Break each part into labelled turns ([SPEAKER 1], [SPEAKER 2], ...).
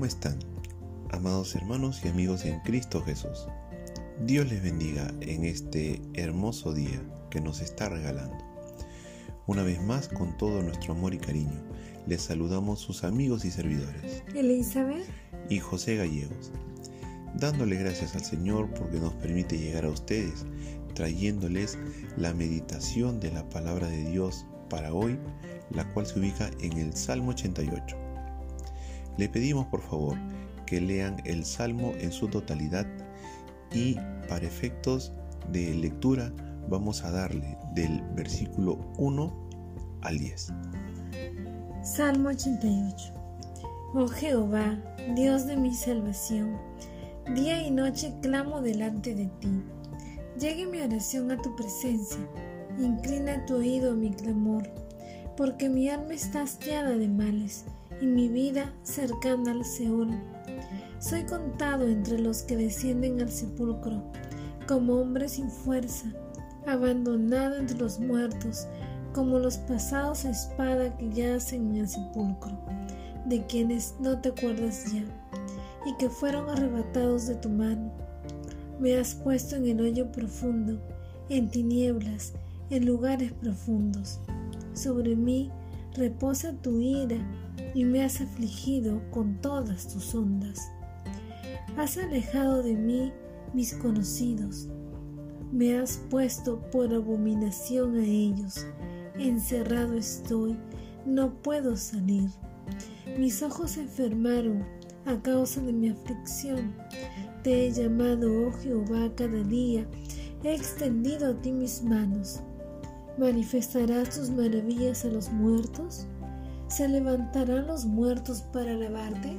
[SPEAKER 1] ¿Cómo están, amados hermanos y amigos en Cristo Jesús? Dios les bendiga en este hermoso día que nos está regalando. Una vez más, con todo nuestro amor y cariño, les saludamos sus amigos y servidores,
[SPEAKER 2] Elizabeth
[SPEAKER 1] y José Gallegos, dándole gracias al Señor porque nos permite llegar a ustedes, trayéndoles la meditación de la palabra de Dios para hoy, la cual se ubica en el Salmo 88. Le pedimos por favor que lean el Salmo en su totalidad y para efectos de lectura vamos a darle del versículo 1 al 10.
[SPEAKER 2] Salmo 88. Oh Jehová, Dios de mi salvación, día y noche clamo delante de ti. Llegue mi oración a tu presencia, inclina tu oído a mi clamor, porque mi alma está hastiada de males y mi vida cercana al Seol. Soy contado entre los que descienden al sepulcro, como hombre sin fuerza, abandonado entre los muertos, como los pasados a espada que yacen en el sepulcro, de quienes no te acuerdas ya, y que fueron arrebatados de tu mano. Me has puesto en el hoyo profundo, en tinieblas, en lugares profundos. Sobre mí reposa tu ira, y me has afligido con todas tus ondas. Has alejado de mí mis conocidos, me has puesto por abominación a ellos. Encerrado estoy, no puedo salir. Mis ojos se enfermaron a causa de mi aflicción. Te he llamado, oh Jehová, cada día, he extendido a ti mis manos. ¿Manifestarás tus maravillas a los muertos? ¿Se levantarán los muertos para alabarte?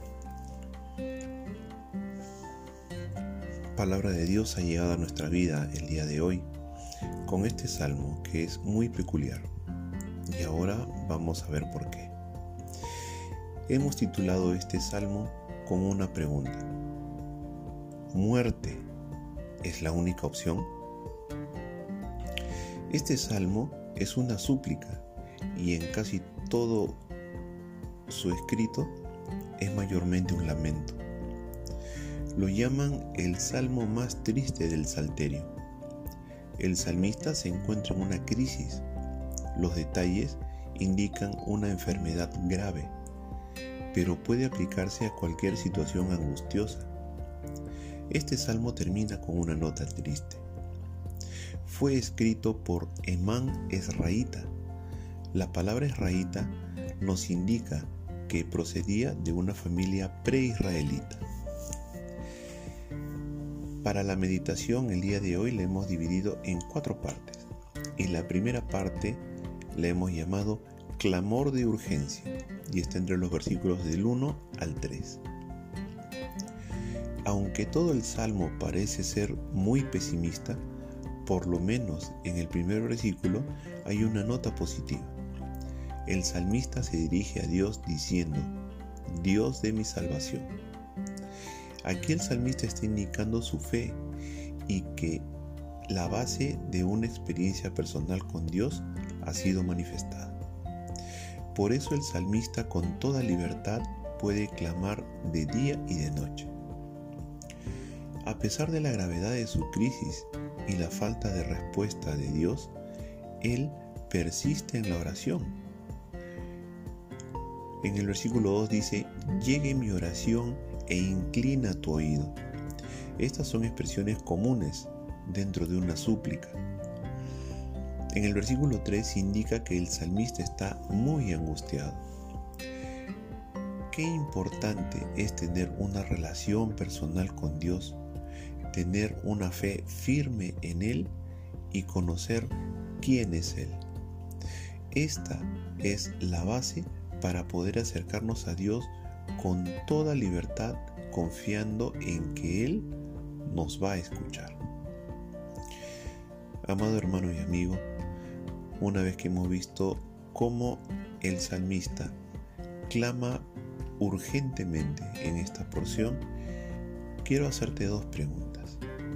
[SPEAKER 1] Palabra de Dios ha llegado a nuestra vida el día de hoy con este salmo que es muy peculiar. Y ahora vamos a ver por qué. Hemos titulado este salmo con una pregunta: ¿muerte es la única opción? Este salmo es una súplica y en casi todo su escrito es mayormente un lamento. Lo llaman el salmo más triste del Salterio. El salmista se encuentra en una crisis. Los detalles indican una enfermedad grave, pero puede aplicarse a cualquier situación angustiosa. Este salmo termina con una nota triste. Fue escrito por Emán Esraíta. La palabra Esraíta nos indica que procedía de una familia pre-israelita. Para la meditación el día de hoy la hemos dividido en 4 partes y la primera parte la hemos llamado clamor de urgencia y está entre los versículos del 1 al 3. Aunque todo el salmo parece ser muy pesimista, por lo menos en el primer versículo hay una nota positiva. El salmista se dirige a Dios diciendo: Dios de mi salvación. Aquí el salmista está indicando su fe y que la base de una experiencia personal con Dios ha sido manifestada. Por eso el salmista con toda libertad puede clamar de día y de noche. A pesar de la gravedad de su crisis y la falta de respuesta de Dios, él persiste en la oración. En el versículo 2 dice: llegue mi oración e inclina tu oído. Estas son expresiones comunes dentro de una súplica. En el versículo 3 indica que el salmista está muy angustiado. Qué importante es tener una relación personal con Dios, tener una fe firme en Él y conocer quién es Él. Esta es la base para poder acercarnos a Dios con toda libertad, confiando en que Él nos va a escuchar. Amado hermano y amigo, una vez que hemos visto cómo el salmista clama urgentemente en esta porción, quiero hacerte 2 preguntas.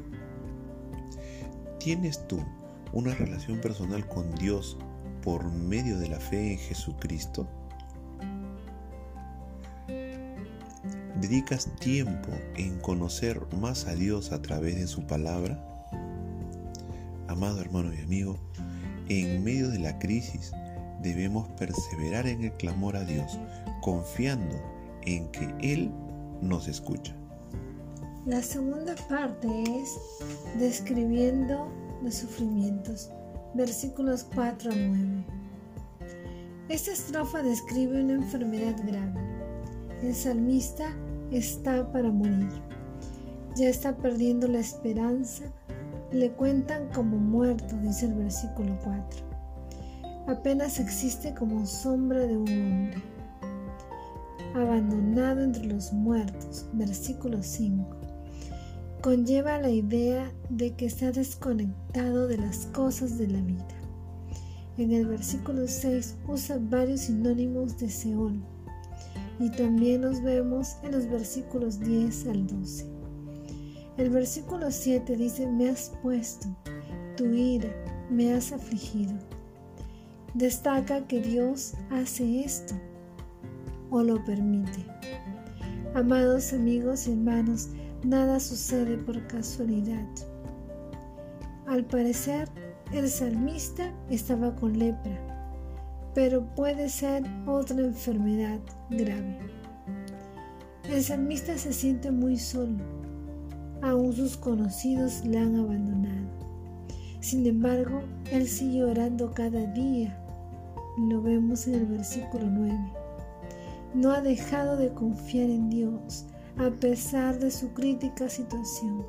[SPEAKER 1] ¿Tienes tú una relación personal con Dios por medio de la fe en Jesucristo? ¿Dedicas tiempo en conocer más a Dios a través de su palabra? Amado hermano y amigo, en medio de la crisis debemos perseverar en el clamor a Dios, confiando en que Él nos escucha.
[SPEAKER 2] La segunda parte es describiendo los sufrimientos, versículos 4 a 9. Esta estrofa describe una enfermedad grave. El salmista está para morir. Ya está perdiendo la esperanza. Le cuentan como muerto, dice el versículo 4. Apenas existe como sombra de un hombre. Abandonado entre los muertos, versículo 5. Conlleva la idea de que está desconectado de las cosas de la vida. En el versículo 6 usa varios sinónimos de Seol y también los vemos en los versículos 10 al 12. El versículo 7 dice: me has puesto tu ira, me has afligido. Destaca que Dios hace esto o lo permite. Amados amigos y hermanos, nada sucede por casualidad. Al parecer, el salmista estaba con lepra, pero puede ser otra enfermedad grave. El salmista se siente muy solo. Aún sus conocidos le han abandonado. Sin embargo, él sigue orando cada día. Lo vemos en el versículo 9. No ha dejado de confiar en Dios a pesar de su crítica situación.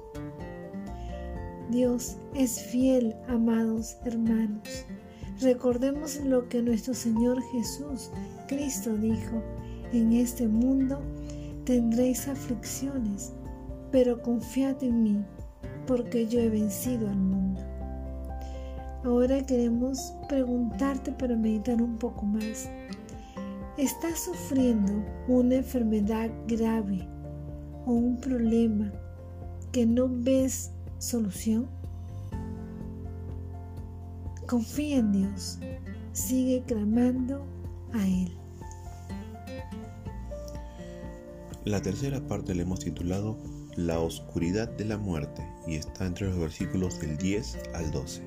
[SPEAKER 2] Dios es fiel, amados hermanos. Recordemos lo que nuestro Señor Jesús Cristo dijo: en este mundo tendréis aflicciones, pero confiad en mí, porque yo he vencido al mundo. Ahora queremos preguntarte para meditar un poco más. ¿Estás sufriendo una enfermedad grave o un problema que no ves solución? Confía en Dios, sigue clamando a Él.
[SPEAKER 1] La tercera parte la hemos titulado La oscuridad de la muerte y está entre los versículos del 10 al 12.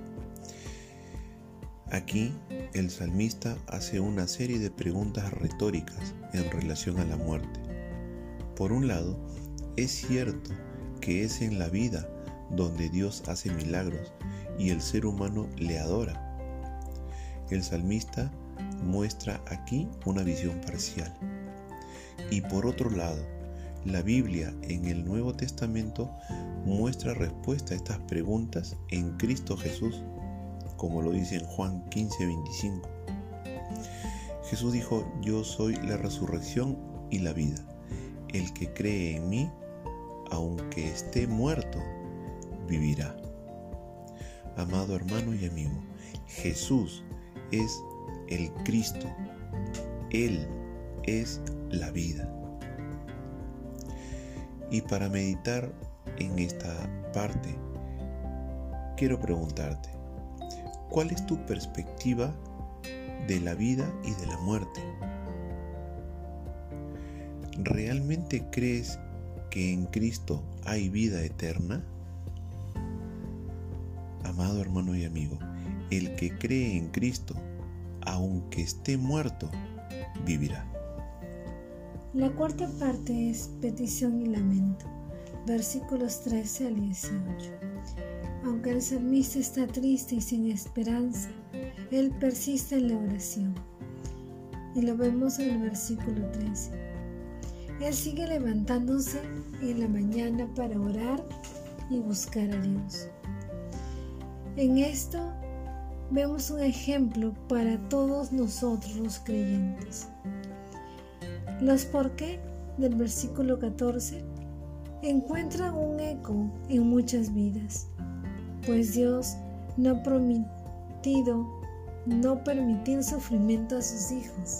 [SPEAKER 1] Aquí el salmista hace una serie de preguntas retóricas en relación a la muerte. Por un lado, es cierto que es en la vida donde Dios hace milagros y el ser humano le adora. El salmista muestra aquí una visión parcial. Y por otro lado, la Biblia en el Nuevo Testamento muestra respuesta a estas preguntas en Cristo Jesús, como lo dice en Juan 15:25. Jesús dijo: yo soy la resurrección y la vida. El que cree en mí, aunque esté muerto, vivirá. Amado hermano y amigo, Jesús es el Cristo. Él es la vida. Y para meditar en esta parte, quiero preguntarte: ¿cuál es tu perspectiva de la vida y de la muerte? ¿Realmente crees que en Cristo hay vida eterna? Amado hermano y amigo, el que cree en Cristo, aunque esté muerto, vivirá.
[SPEAKER 2] La cuarta parte es petición y lamento, versículos 13 al 18. Aunque el salmista está triste y sin esperanza, él persiste en la oración. Y lo vemos en el versículo 13. Él sigue levantándose en la mañana para orar y buscar a Dios. En esto vemos un ejemplo para todos nosotros los creyentes. Los por qué del versículo 14 encuentran un eco en muchas vidas, pues Dios no ha prometido no permitir sufrimiento a sus hijos.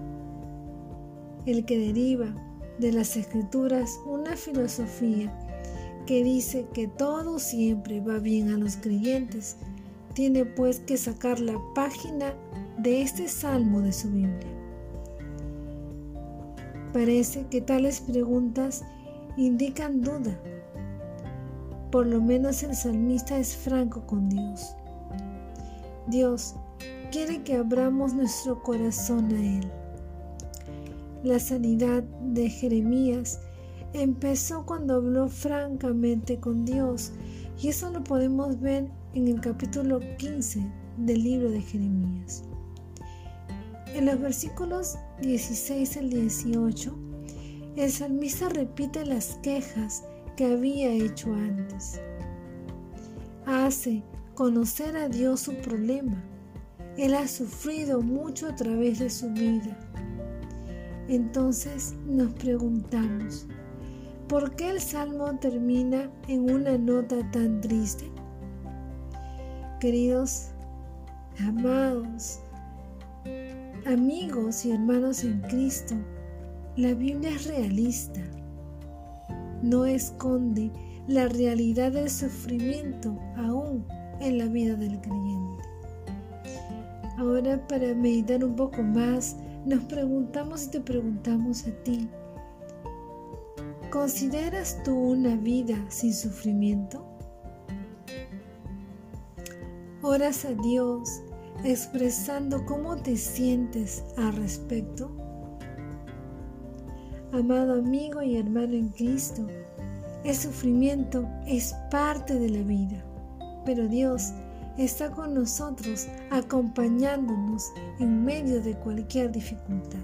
[SPEAKER 2] El que deriva de las Escrituras una filosofía que dice que todo siempre va bien a los creyentes, tiene pues que sacar la página de este salmo de su Biblia. Parece que tales preguntas indican duda. Por lo menos el salmista es franco con Dios. Dios quiere que abramos nuestro corazón a Él. La sanidad de Jeremías empezó cuando habló francamente con Dios, y eso lo podemos ver en el capítulo 15 del libro de Jeremías. En los versículos 16 al 18, el salmista repite las quejas que había hecho antes. Hace conocer a Dios su problema. Él ha sufrido mucho a través de su vida. Entonces nos preguntamos, ¿por qué el salmo termina en una nota tan triste? Queridos, amados, amigos y hermanos en Cristo, la Biblia es realista. No esconde la realidad del sufrimiento aún en la vida del creyente. Ahora, para meditar un poco más, nos preguntamos y te preguntamos a ti: ¿consideras tú una vida sin sufrimiento? ¿Oras a Dios expresando cómo te sientes al respecto? Amado amigo y hermano en Cristo, el sufrimiento es parte de la vida, pero Dios está con nosotros acompañándonos en medio de cualquier dificultad.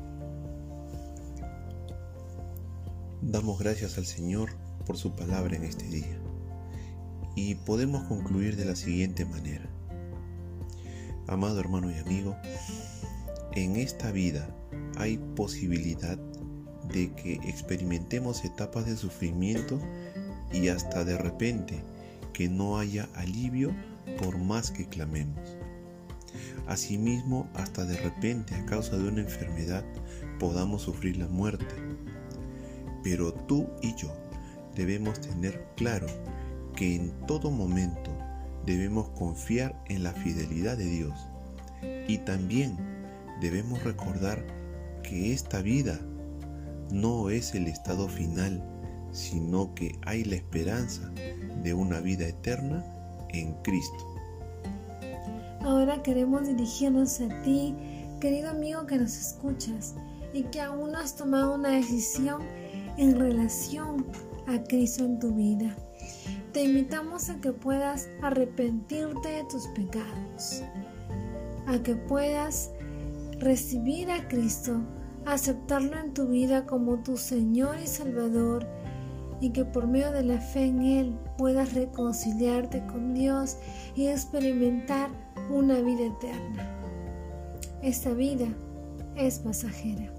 [SPEAKER 1] Damos gracias al Señor por su palabra en este día. Y podemos concluir de la siguiente manera. Amado hermano y amigo, en esta vida hay posibilidad de que experimentemos etapas de sufrimiento y hasta de repente que no haya alivio por más que clamemos. Asimismo, hasta de repente a causa de una enfermedad podamos sufrir la muerte. Pero tú y yo debemos tener claro que en todo momento debemos confiar en la fidelidad de Dios, y también debemos recordar que esta vida no es el estado final, sino que hay la esperanza de una vida eterna en Cristo.
[SPEAKER 2] Ahora queremos dirigirnos a ti, querido amigo que nos escuchas y que aún no has tomado una decisión en relación a Cristo en tu vida. Te invitamos a que puedas arrepentirte de tus pecados, a que puedas recibir a Cristo, aceptarlo en tu vida como tu Señor y Salvador, y que por medio de la fe en Él puedas reconciliarte con Dios y experimentar una vida eterna. Esta vida es pasajera.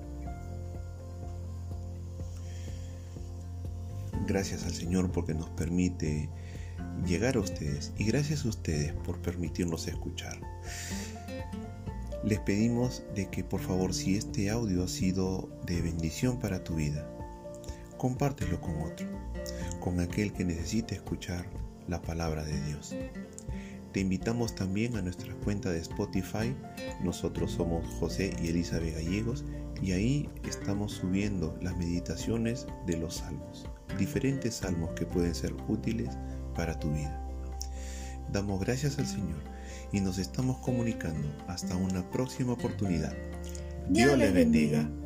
[SPEAKER 1] Gracias al Señor porque nos permite llegar a ustedes, y gracias a ustedes por permitirnos escuchar. Les pedimos de que por favor, si este audio ha sido de bendición para tu vida, compártelo con otro, con aquel que necesite escuchar la palabra de Dios. Te invitamos también a nuestra cuenta de Spotify. Nosotros somos José y Elizabeth Gallegos, y ahí estamos subiendo las meditaciones de los salmos, diferentes salmos que pueden ser útiles para tu vida. Damos gracias al Señor y nos estamos comunicando hasta una próxima oportunidad. Dios les bendiga.